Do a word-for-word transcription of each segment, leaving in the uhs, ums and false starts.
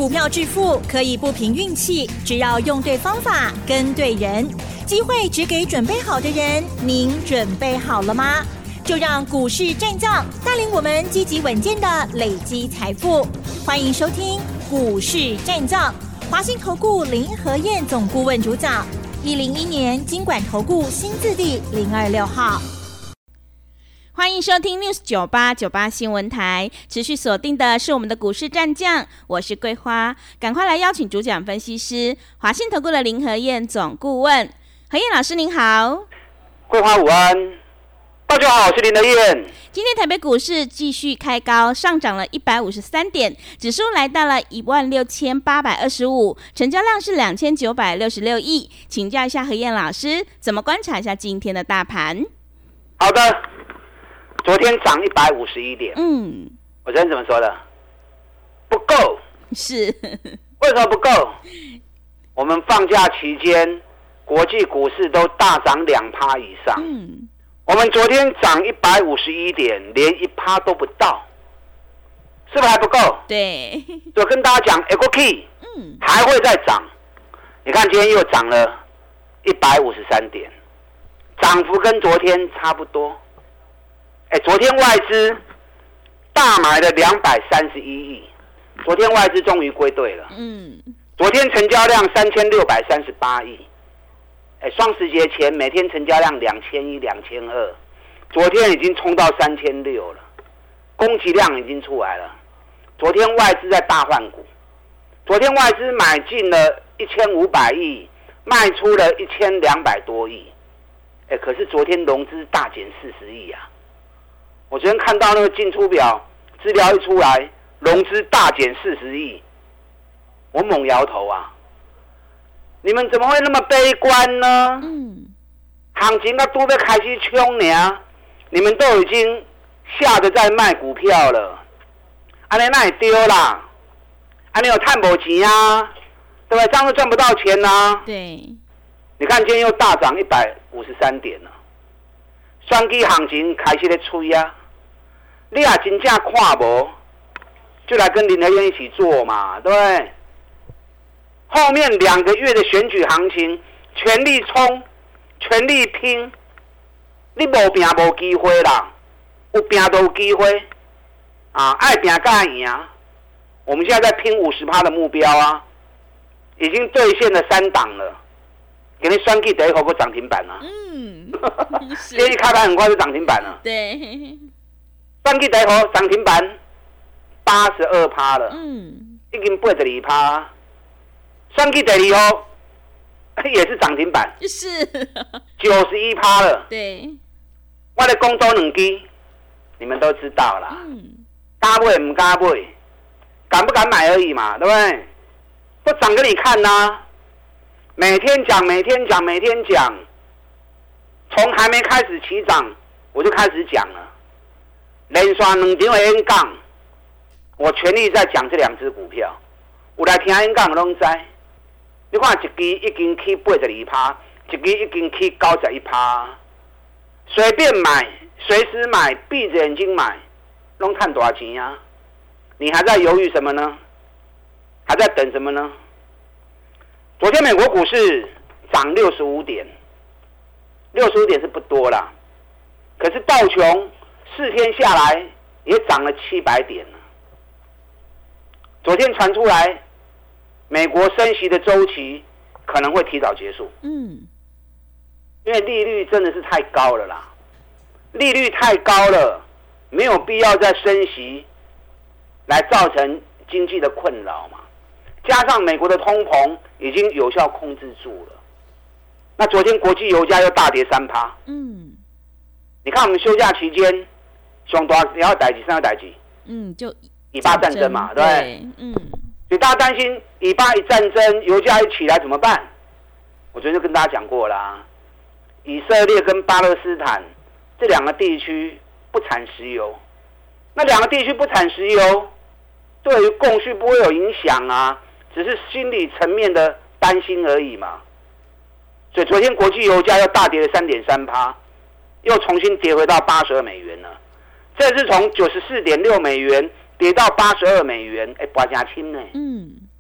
股票致富可以不凭运气，只要用对方法跟对人，机会只给准备好的人。您准备好了吗？就让股市战将带领我们积极稳健的累积财富。欢迎收听股市战将，华信投顾林和彥总顾问主讲，一零一年金管投顾新字第零二六号。 欢迎收听 News 九八九八新闻台，持续锁定的是我们的股市战将，我是桂花，赶快来邀请主讲分析师华信投顾的林和彥总顾问。和彥老师您好。 桂花午安，大家好，我是林和彥。 今天台北股市继续开高，上涨了一百五十三点，指数来到了一万六千八百二十五，成交量是两千九百六十六亿。请教一下和彥老师，怎么观察一下今天的大盘？ 好的，昨天涨一百五十一点， 嗯， 我昨天怎么说的？不够， 是为什么不够？我们放假期间，国际股市都大涨两趴以上， 嗯， 我们昨天涨一百五十一点，连一趴都不到，是不是还不够？ 对， 我跟大家讲 ，A 股 K， 嗯， 还会再涨。你看今天又涨了一百五十三点，涨幅跟昨天差不多。哎，昨天外资大买了两百三十一亿，昨天外资终于归队了。 嗯， 昨天成交量三千六百三十八亿。哎，双十节前每天成交量两千一、两千二，昨天已经冲到三千六了，供给量已经出来了。昨天外资在大换股，昨天外资买进了一千五百亿，卖出了一千两百多亿。哎，可是昨天融资大减四十亿啊！我昨天看到那个进出表资料一出来，融资大减四十亿，我猛摇头啊！你们怎么会那么悲观呢？ 嗯， 行情都都要开始冲呢，你们都已经吓得在卖股票了，安尼那也丢啦，安尼有赚没钱啊，对不对？这样就赚不到钱啊。 对， 你看今天又大涨一百五十三点了，选举行情开始在吹啊，你也真正看无，就来跟林和彥一起做嘛，对不对？后面两个月的选举行情，全力冲，全力拼，你无拼无机会啦，有拼都有机会啊！爱拼才会赢。我们现在在拼 百分之五十 的目标啊，已经兑现了三档了。给你选举第一口个涨停板啊！ 嗯， 今天一开盘很快就涨停板了。 对， 选举第一口涨停板八十二趴了， 嗯， 已经八十二趴。选举第二号也是涨停板， 是九十一趴了。 对， 我的公多两支，你们都知道啦。 嗯， 敢买唔敢买，敢不敢买而已嘛，对不对？都涨给你看呐、啊，每天讲，每天讲，每天讲，从还没开始起涨，我就开始讲了。连续两场的演讲，我全力在讲这两只股票。有来听演讲的拢知。你看一支已经起八十二趴，一支已经起九十一趴，随便买，随时买，闭着眼睛买，拢赚多少钱啊？你还在犹豫什么呢？还在等什么呢？昨天美国股市涨六十五点，六十五点是不多啦，可是道琼四天下来也涨了七百点了。昨天传出来，美国升息的周期可能会提早结束。 嗯， 因为利率真的是太高了啦，利率太高了，没有必要再升息来造成经济的困扰嘛。加上美国的通膨已经有效控制住了，那昨天国际油价又大跌三趴。 嗯， 你看我们休假期间，上大要代志，三个代志， 嗯，就以巴战争嘛，对不对？ 嗯， 所以大家担心以巴一战争，油价一起来怎么办？我昨天就跟大家讲过啦，以色列跟巴勒斯坦这两个地区不产石油，那两个地区不产石油，对于供需不会有影响啊，只是心理层面的担心而已嘛。所以昨天国际油价又大跌了 三点三趴， 又重新跌回到八十二美元了。这是从九十四点六美元跌到八十二美元，哎，拔加轻呢。 嗯，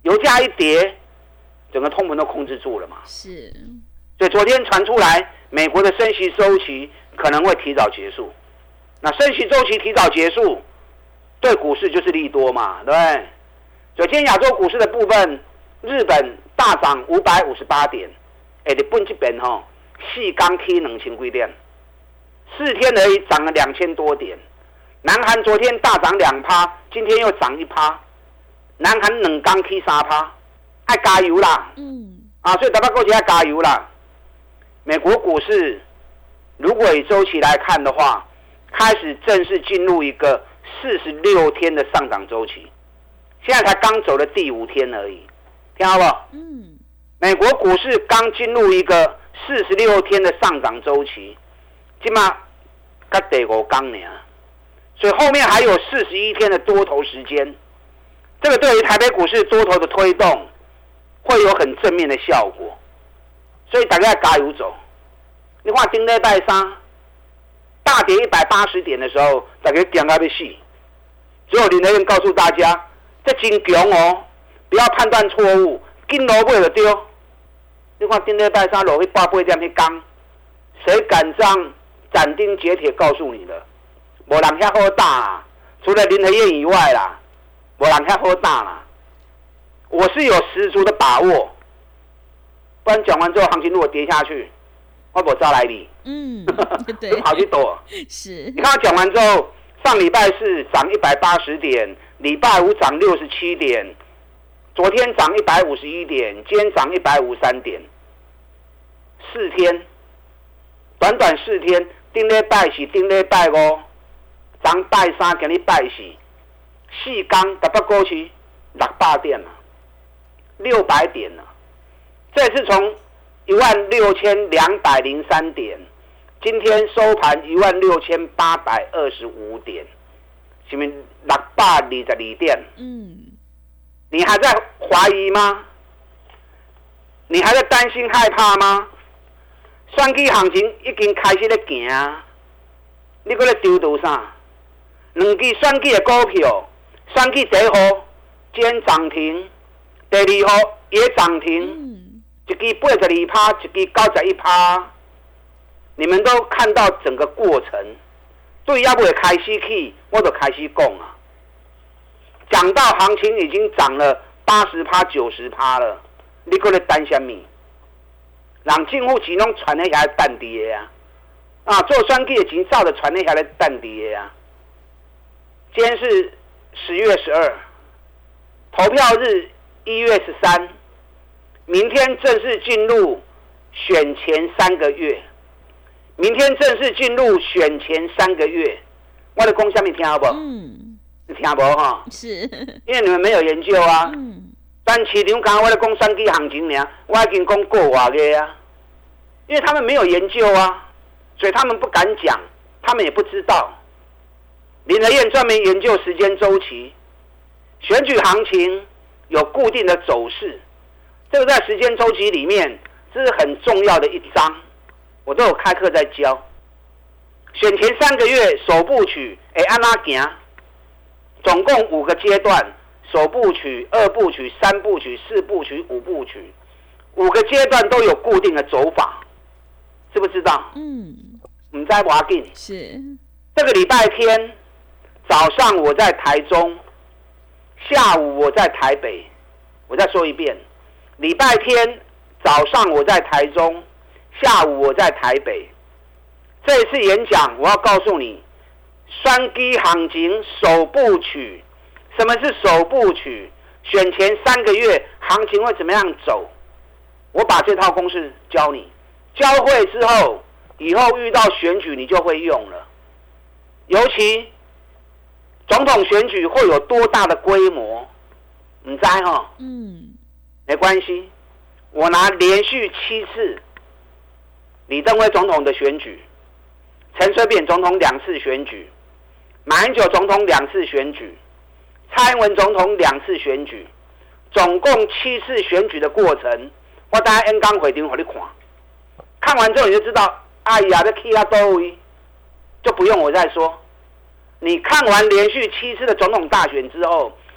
油价一跌，整个通膨都控制住了嘛。 是， 所以昨天传出来，美国的升息周期可能会提早结束。那升息周期提早结束，对股市就是利多嘛，对不对？所以今天亚洲股市的部分，日本大涨五百五十八点，哎，日本这边吼，四刚起两千几点，四天而已涨了两千多点。南韩昨天大涨两趴，今天又涨一趴。南韩两刚起三趴，爱加油啦！嗯，啊，所以台北股市要加油啦。美国股市如果以周期来看的话，开始正式进入一个四十六天的上涨周期，现在才刚走了第五天而已，听好不好？嗯，美国股市刚进入一个四十六天的上涨周期，起码才第五天呢，所以后面还有四十一天的多头时间。这个对于台北股市多头的推动会有很正面的效果，所以大家加油走。你看今天礼拜三大跌一百八十点的时候，大家点到要死。只有林德燕告诉大家，这真强哦，不要判断错误，紧落尾就丢。你看今天礼拜三落去八八点去刚，谁敢这样斩钉截铁告诉你的？没人遐好打啊，除了林德燕以外啦。我人遐好大啦，我是有十足的把握。不然讲完之后，行情如果跌下去，我不招来你。嗯，对，跑去躲。是。你看我讲完之后，上礼拜四涨一百八十点，礼拜五涨六十七点，昨天涨一百五十一点，今天涨一百五十三点，四天，短短四天，顶礼拜是顶礼拜五，涨拜三，今日拜四。四天台北股市六百点了，六百点了。这次从一万六千两百零三点，今天收盘一万六千八百二十五点，是不是六百二十二点？嗯，你还在怀疑吗？你还在担心害怕吗？选举行情已经开始在行，你搁在丢多啥？两支选举的股票。选举第一号今天涨停，第二号也涨停，嗯、一支八十二趴，一支九十一趴，你们都看到整个过程。对，要不会开始去，我就开始讲啊。讲到行情已经涨了八十趴、九十趴了，你搁咧担什么？人政府钱拢传喺遐等伫的啊！啊，做选举的钱照着传喺遐咧等伫的啊！今天是十月十二，投票日一月十三，明天正式进入选前三个月。明天正式进入选前三个月，我的讲什么听好不？嗯，你听不哈？是，因为你们没有研究啊。嗯。但市场刚刚我在讲选举行情呢，我已经讲过外个啊，因为他们没有研究啊，所以他们不敢讲，他们也不知道。林和燕专门研究时间周期，选举行情有固定的走势，这个在时间周期里面这是很重要的一章，我都有开课在教。选前三个月首部曲，哎，按哪行？总共五个阶段：首部曲、二部曲、三部曲、四部曲、五部曲，五个阶段都有固定的走法，知不知道？嗯，不知道要紧。是这个礼拜天。早上我在台中，下午我在台北。我再说一遍，礼拜天早上我在台中，下午我在台北。这一次演讲，我要告诉你，选举行情首部曲。什么是首部曲？选前三个月行情会怎么样走？我把这套公式教你，教会之后，以后遇到选举你就会用了。尤其总统选举会有多大的规模？你知哈？嗯，没关系。我拿连续七次李登辉总统的选举，陈水扁总统两次选举，马英九总统两次选举，蔡英文总统两次选举，总共七次选举的过程，我等下演讲会场给你看。看完之后你就知道，哎呀，这 key 啊多位，就不用我再说。你看完连续七次的总统大选之后，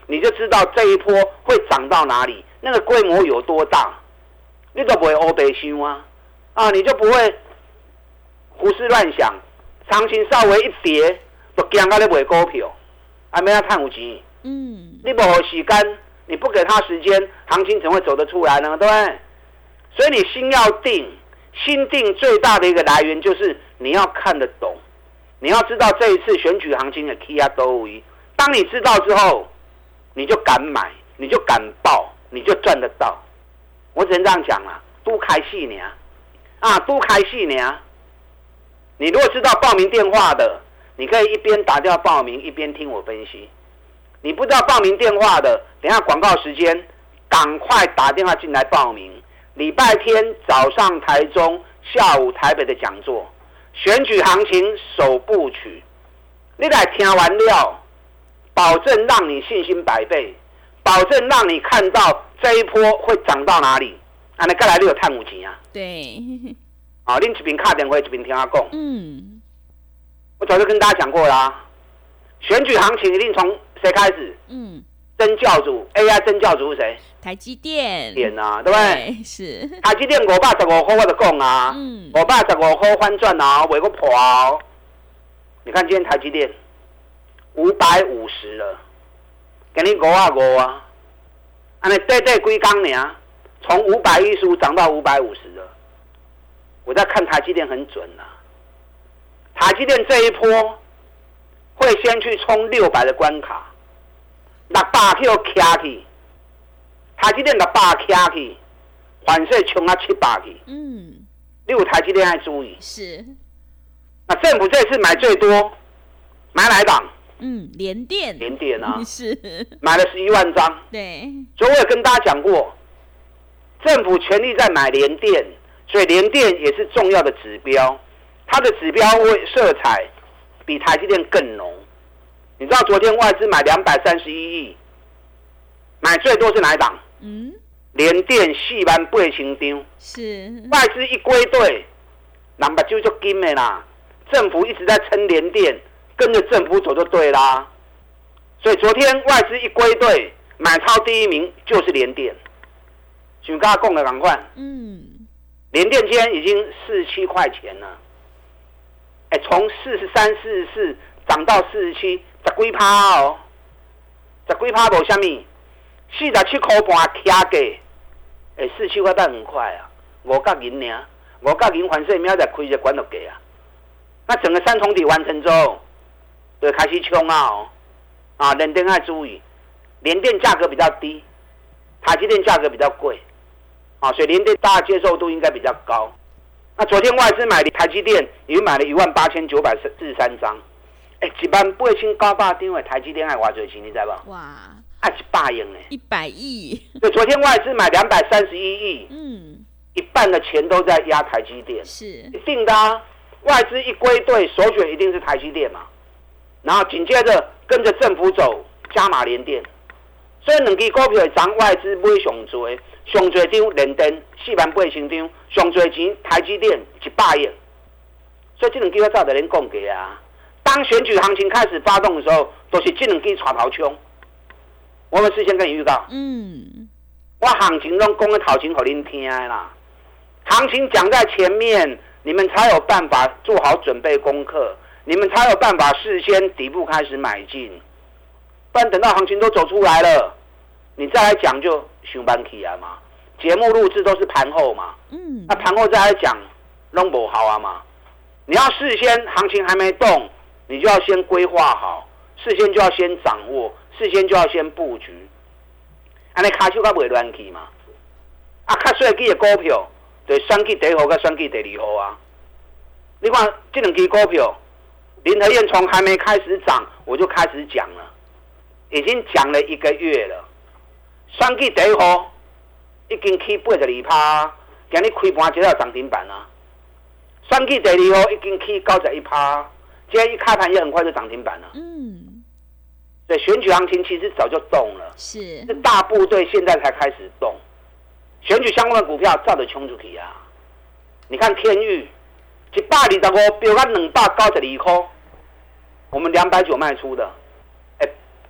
你就知道这一波会涨到哪里，那个规模有多大，你都不会黑白想啊，啊，你就不会胡思乱想，行情稍微一跌，就惊到你卖股票，还没要赚有钱。 嗯， 你不给时间，你不给他时间，行情怎么会走得出来呢？对不对？所以你心要定，心定最大的一个来源就是你要看得懂，你要知道这一次选举行情的 key 啊都一。当你知道之后，你就敢买，你就敢报，你就赚得到。我只能这样讲啦，都开戏呢，啊，都开戏呢。你如果知道报名电话的，你可以一边打电话报名，一边听我分析。你不知道报名电话的，等一下广告时间，赶快打电话进来报名。礼拜天早上台中，下午台北的讲座，选举行情首部曲，你来听完了，保证让你信心百倍，保证让你看到这一波会涨到哪里。啊，你再来你有赚有钱啊？ 对。 啊，恁一边打电话，一边听我讲。 嗯。 我早就跟大家讲过啦，选举行情一定从谁开始？ 嗯。 真教主 A I 真教主是谁？ 台积电。 电啊，对不对？ 对，是。 台积电五百十五块，我就讲啊， 嗯， 五百十五块翻转啊，袂个破哦。你看今天台积电五百五十了，给你五啊五啊，安尼短短几天呢，从五百一十五涨到五百五十了。我在看台积电很准啊，台积电这一波会先去冲六百的关卡。六百去卡去，台积电六百卡去，反射冲啊七百去。 嗯， 你有台积电要注意。 是。 那政府这次买最多，买哪一档？ 嗯，联电。 联电啊， 是。 买了十一万张。 对。 所以我也跟大家讲过，政府全力在买联电，所以联电也是重要的指标，它的指标位色彩比台积电更浓。你知道昨天外资买两百三十一亿，买最多是哪一档？ 嗯， 联电四万八千张。 是。 外资一归队，人目睭就金的啦。政府一直在撑联电，跟着政府走就对啦。所以昨天外资一归队，买超第一名就是联电。像刚刚讲的赶快， 嗯， 联电今天已经四十七块钱了，哎，从四十三、四十四涨到四十七。十几趴哦，十几趴无啥物，四十七块半卡价，诶，四七块半很快啊，五角银呢，五角银反正明仔再开一个管就给啊。那整个三重底完成之后，就开始冲啊哦，啊，联电要注意，联电价格比较低，台积电价格比较贵，啊，所以联电大家接受度应该比较高。那昨天外资买的台积电也买了一万八千九百四十三张。欸、一万八千九百张的台积电爱偌多钱，你知道不？ 哇！ 爱一百亿呢， 一百亿。 所以昨天外资买两百三十一亿， 嗯， 一半的钱都在压台积电， 是一定的啊。外资一归队，首选一定是台积电嘛，然后紧接着跟着政府走，加码联电。所以两支股票涨，外资买上多，上多张联电四万八千张，上多钱台积电一百亿。所以这两支我早就恁讲过啊。当选举行情开始发动的时候，都是这两支带头冲。我们事先跟你预告， 嗯， 我行情都讲的头前给您听的啦。行情讲在前面，你们才有办法做好准备功课，你们才有办法事先底部开始买进。不然等到行情都走出来了，你再来讲就上班起来嘛。节目录制都是盘后嘛，嗯，那盘后再来讲，拢不好啊嘛。你要事先行情还没动。你就要先规划好，事先就要先掌握，事先就要先布局。安尼卡手较袂乱去嘛？啊，较衰去的股票，就选去第一号跟选去第二号啊。你看这两支股票，林和燕从还没开始涨，我就开始讲了，已经讲了一个月了。选去第一号已经起八十二趴，今日开盘接到涨停板啊。选去第二号已经起九十一趴。今天一开盘也很快就涨停板了。嗯，对，选举行情其实早就动了， 是， 是大部队现在才开始动。选举相关的股票照着冲出去啊！你看天宇一百二十五飙到两百九十二块，我们两百九卖出的，哎，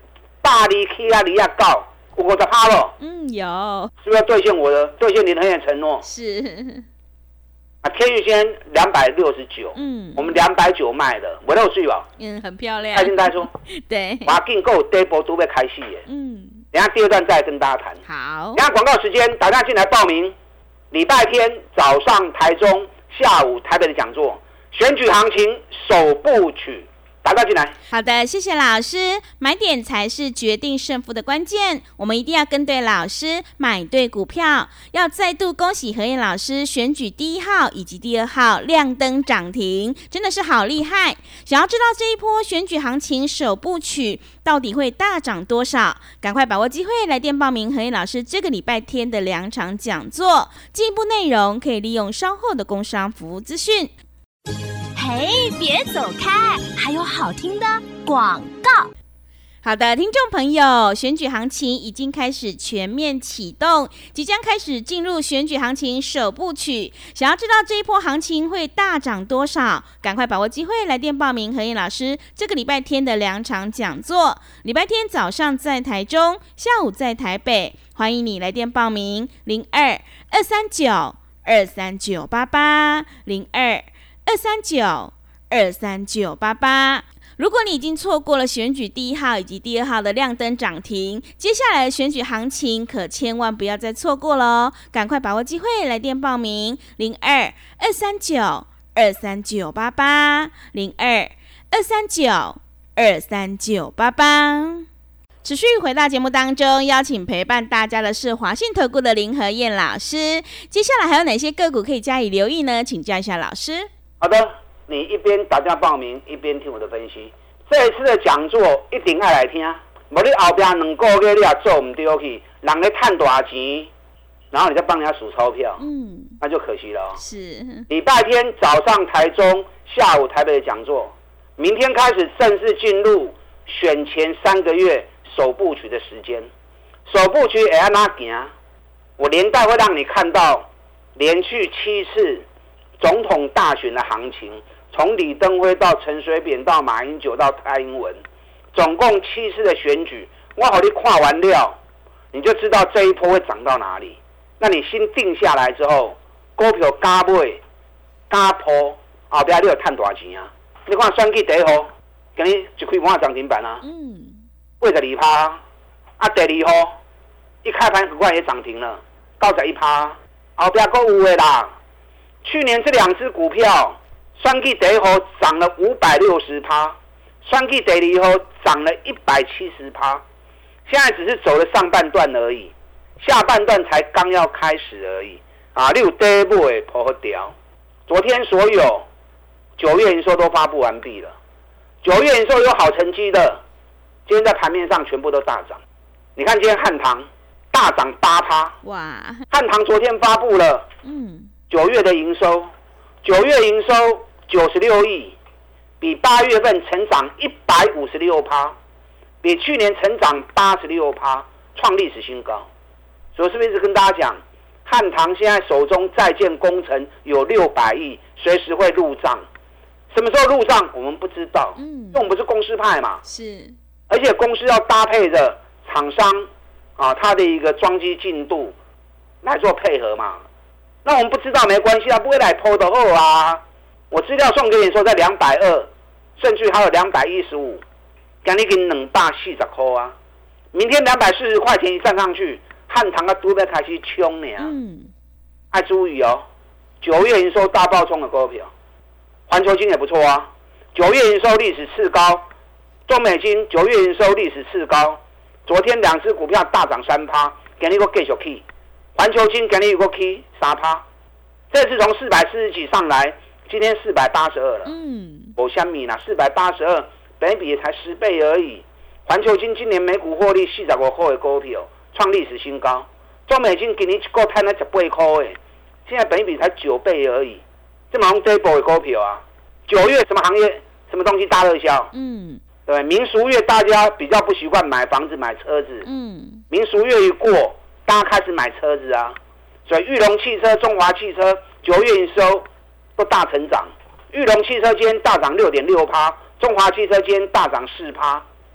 大离 K 啊离啊高，有五十趴了。 嗯，有。 是不是要兑现我的兑现林和燕承诺？ 是。 啊，天宇轩两百六十九， 嗯， 我们两百九卖的，我漏税吧？ 嗯，很漂亮。 开心带出。 对。 我订购第一波都被开戏耶。 嗯。 等一下第二段再跟大家谈。 好。 等一下广告时间，大家进来报名。礼拜天早上台中，下午台北的讲座，选举行情首部曲。大家进来。 好的，谢谢老师。买点才是决定胜负的关键，我们一定要跟对老师，买对股票。要再度恭喜和燕老师选举第一号以及第二号亮灯涨停，真的是好厉害。想要知道这一波选举行情首部曲到底会大涨多少，赶快把握机会来电报名和燕老师这个礼拜天的两场讲座。进一步内容可以利用稍后的工商服务资讯。 嘿，别走开，还有好听的广告。 好的，听众朋友，选举行情已经开始全面启动，即将开始进入选举行情首部曲。想要知道这一波行情会大涨多少，赶快把握机会来电报名和燕老师这个礼拜天的两场讲座。礼拜天早上在台中，下午在台北，欢迎你来电报名零二二三九二三九八八零二二三九二三九八八。如果你已经错过了选举第一号以及第二号的亮灯涨停，接下来的选举行情可千万不要再错过了哦！赶快把握机会来电报名零二二三九二三九八八零二二三九二三九八八。持续回到节目当中，邀请陪伴大家的是华信投顾的林和燕老师。接下来还有哪些个股可以加以留意呢？请教一下老师。 好的，你一边打电话报名，一边听我的分析。这一次的讲座一定要来听，无你后边两个月你也做唔对去，人咧赚大钱，然后你再帮人家数钞票，嗯，那就可惜了哦。 是。礼拜天早上台中，下午台北的讲座，明天开始正式进入选前三个月首部曲的时间。首部曲会按哪行？我连带会让你看到连续七次总统大选的行情，从李登辉到陈水扁到马英九到蔡英文，总共七次的选举，我好你看完了，你就知道这一波会涨到哪里。那你心定下来之后，股票加买加破，后边你有赚大钱啊！你看选举第一号，今日一开盘涨停板啊，嗯，八十二趴，啊第二号一开盘很快也涨停了，九十一趴，后边还有的啦。去年这两只股票，选举第一号涨了五百六十趴，选举第二号涨了一百七十趴，现在只是走了上半段而已，下半段才刚要开始而已啊！你有第一步的破掉。昨天所有九月营收都发布完毕了，九月营收有好成绩的，今天在盘面上全部都大涨。你看今天汉唐大涨八趴，哇！汉唐昨天发布了，嗯。九月的营收，九月营收九十六亿，比八月份成长一百五十六趴，比去年成长八十六趴，创历史新高。所以是不是一直跟大家讲，汉唐现在手中在建工程有六百亿，随时会入账。什么时候入账我们不知道，嗯，因为我们不是公司派嘛，是，而且公司要搭配着厂商啊，他的一个装机进度来做配合嘛。那我们不知道没关系啊，不会来抛的后啊。我资料送给你说在两百二，甚至还有两百一十五，今天给你两百四十块啊。明天两百四十块钱一站上去，汉唐啊都要开始冲呢。嗯，要注意哦，九月营收大爆冲的股票，环球金也不错啊，九月营收历史次高，中美金九月营收历史次高，昨天两只股票大涨三趴，今天又继续起。环球金今天有个 K 三趴，这次从四百四十几上来，今天四百八十二了。嗯，我相米啦，四百八十二，本比也才十倍而已。环球金今年每股获利四十五块的股票，创历史新高。中美金今年一个赚了十八块诶，现在本比才九倍而已。这么这一波的股票啊，九月什么行业、什么东西大热销？嗯，对，民俗月大家比较不习惯买房子、买车子。嗯，民俗月一过，大家开始买车子啊，所以裕隆汽车、中华汽车九月营收都大成长。裕隆汽车今天大涨六点六趴，中华汽车今天大涨四趴。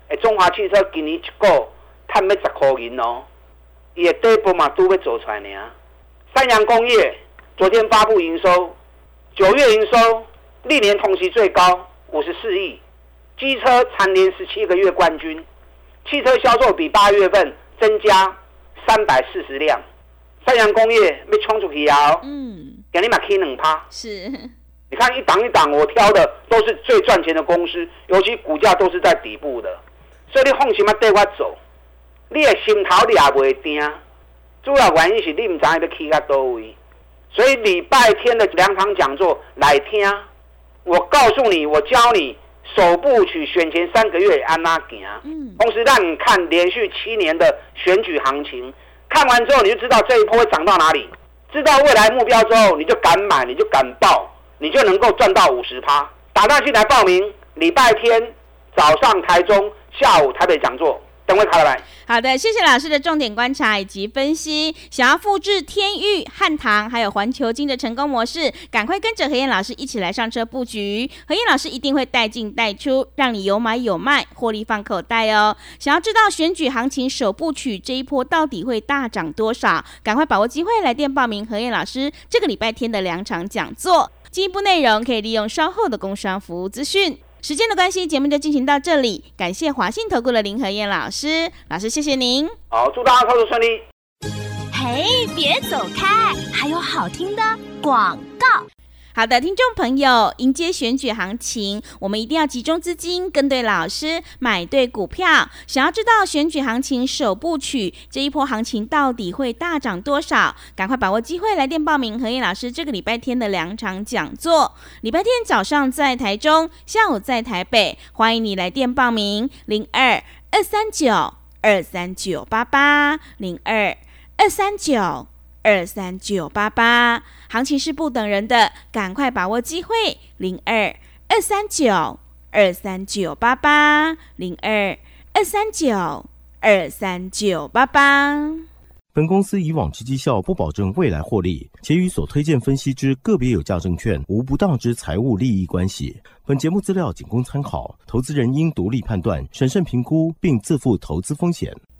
诶，中华汽车今年一个赚要十块银哦，伊的底部嘛都要做出来呢。三洋工业昨天发布营收，九月营收历年同期最高五十四亿，机车蝉联十七个月冠军，汽车销售比八月份增加三百四十辆。三洋工业要冲出去啊！嗯，给你买 K 两趴。 是， 你看一档一档，我挑的都是最赚钱的公司，尤其股价都是在底部的，所以你放心啊，带我走，你的心头你也袂定。主要原因是你唔知要去到多位，所以礼拜天的两场讲座来听，我告诉你，我教你首部曲选前三个月按哪行，嗯，同时让你看连续七年的选举行情。看完之后，你就知道这一波会涨到哪里，知道未来目标之后，你就敢买，你就敢报，你就能够赚到五十趴。打电话进来报名，礼拜天早上台中，下午台北讲座，等会开来。 好的，谢谢老师的重点观察以及分析。想要复制天钰、汉唐还有环球金的成功模式，赶快跟着何燕老师一起来上车布局。何燕老师一定会带进带出，让你有买有卖，获利放口袋哦。想要知道选举行情首部曲这一波到底会大涨多少，赶快把握机会来电报名何燕老师这个礼拜天的两场讲座。进一步内容可以利用稍后的工商服务资讯。时间的关系，节目就进行到这里。感谢华信投顾的林和燕老师，老师谢谢您。 好，祝大家操作顺利。 嘿，别走开，还有好听的广告。 好的，听众朋友，迎接选举行情，我们一定要集中资金，跟对老师，买对股票。想要知道选举行情首部曲这一波行情到底会大涨多少，赶快把握机会来电报名何燕老师这个礼拜天的两场讲座。礼拜天早上在台中，下午在台北，欢迎你来电报名零二二三九二三九八八零二二三九二三九八八，行情是不等人的，赶快把握机会，零二二三九二三九八八零二二三九二三九八八。 本公司以往之绩效不保证未来获利，且与所推荐分析之个别有价证券无不当之财务利益关系。本节目资料仅供参考，投资人应独立判断、审慎评估，并自负投资风险。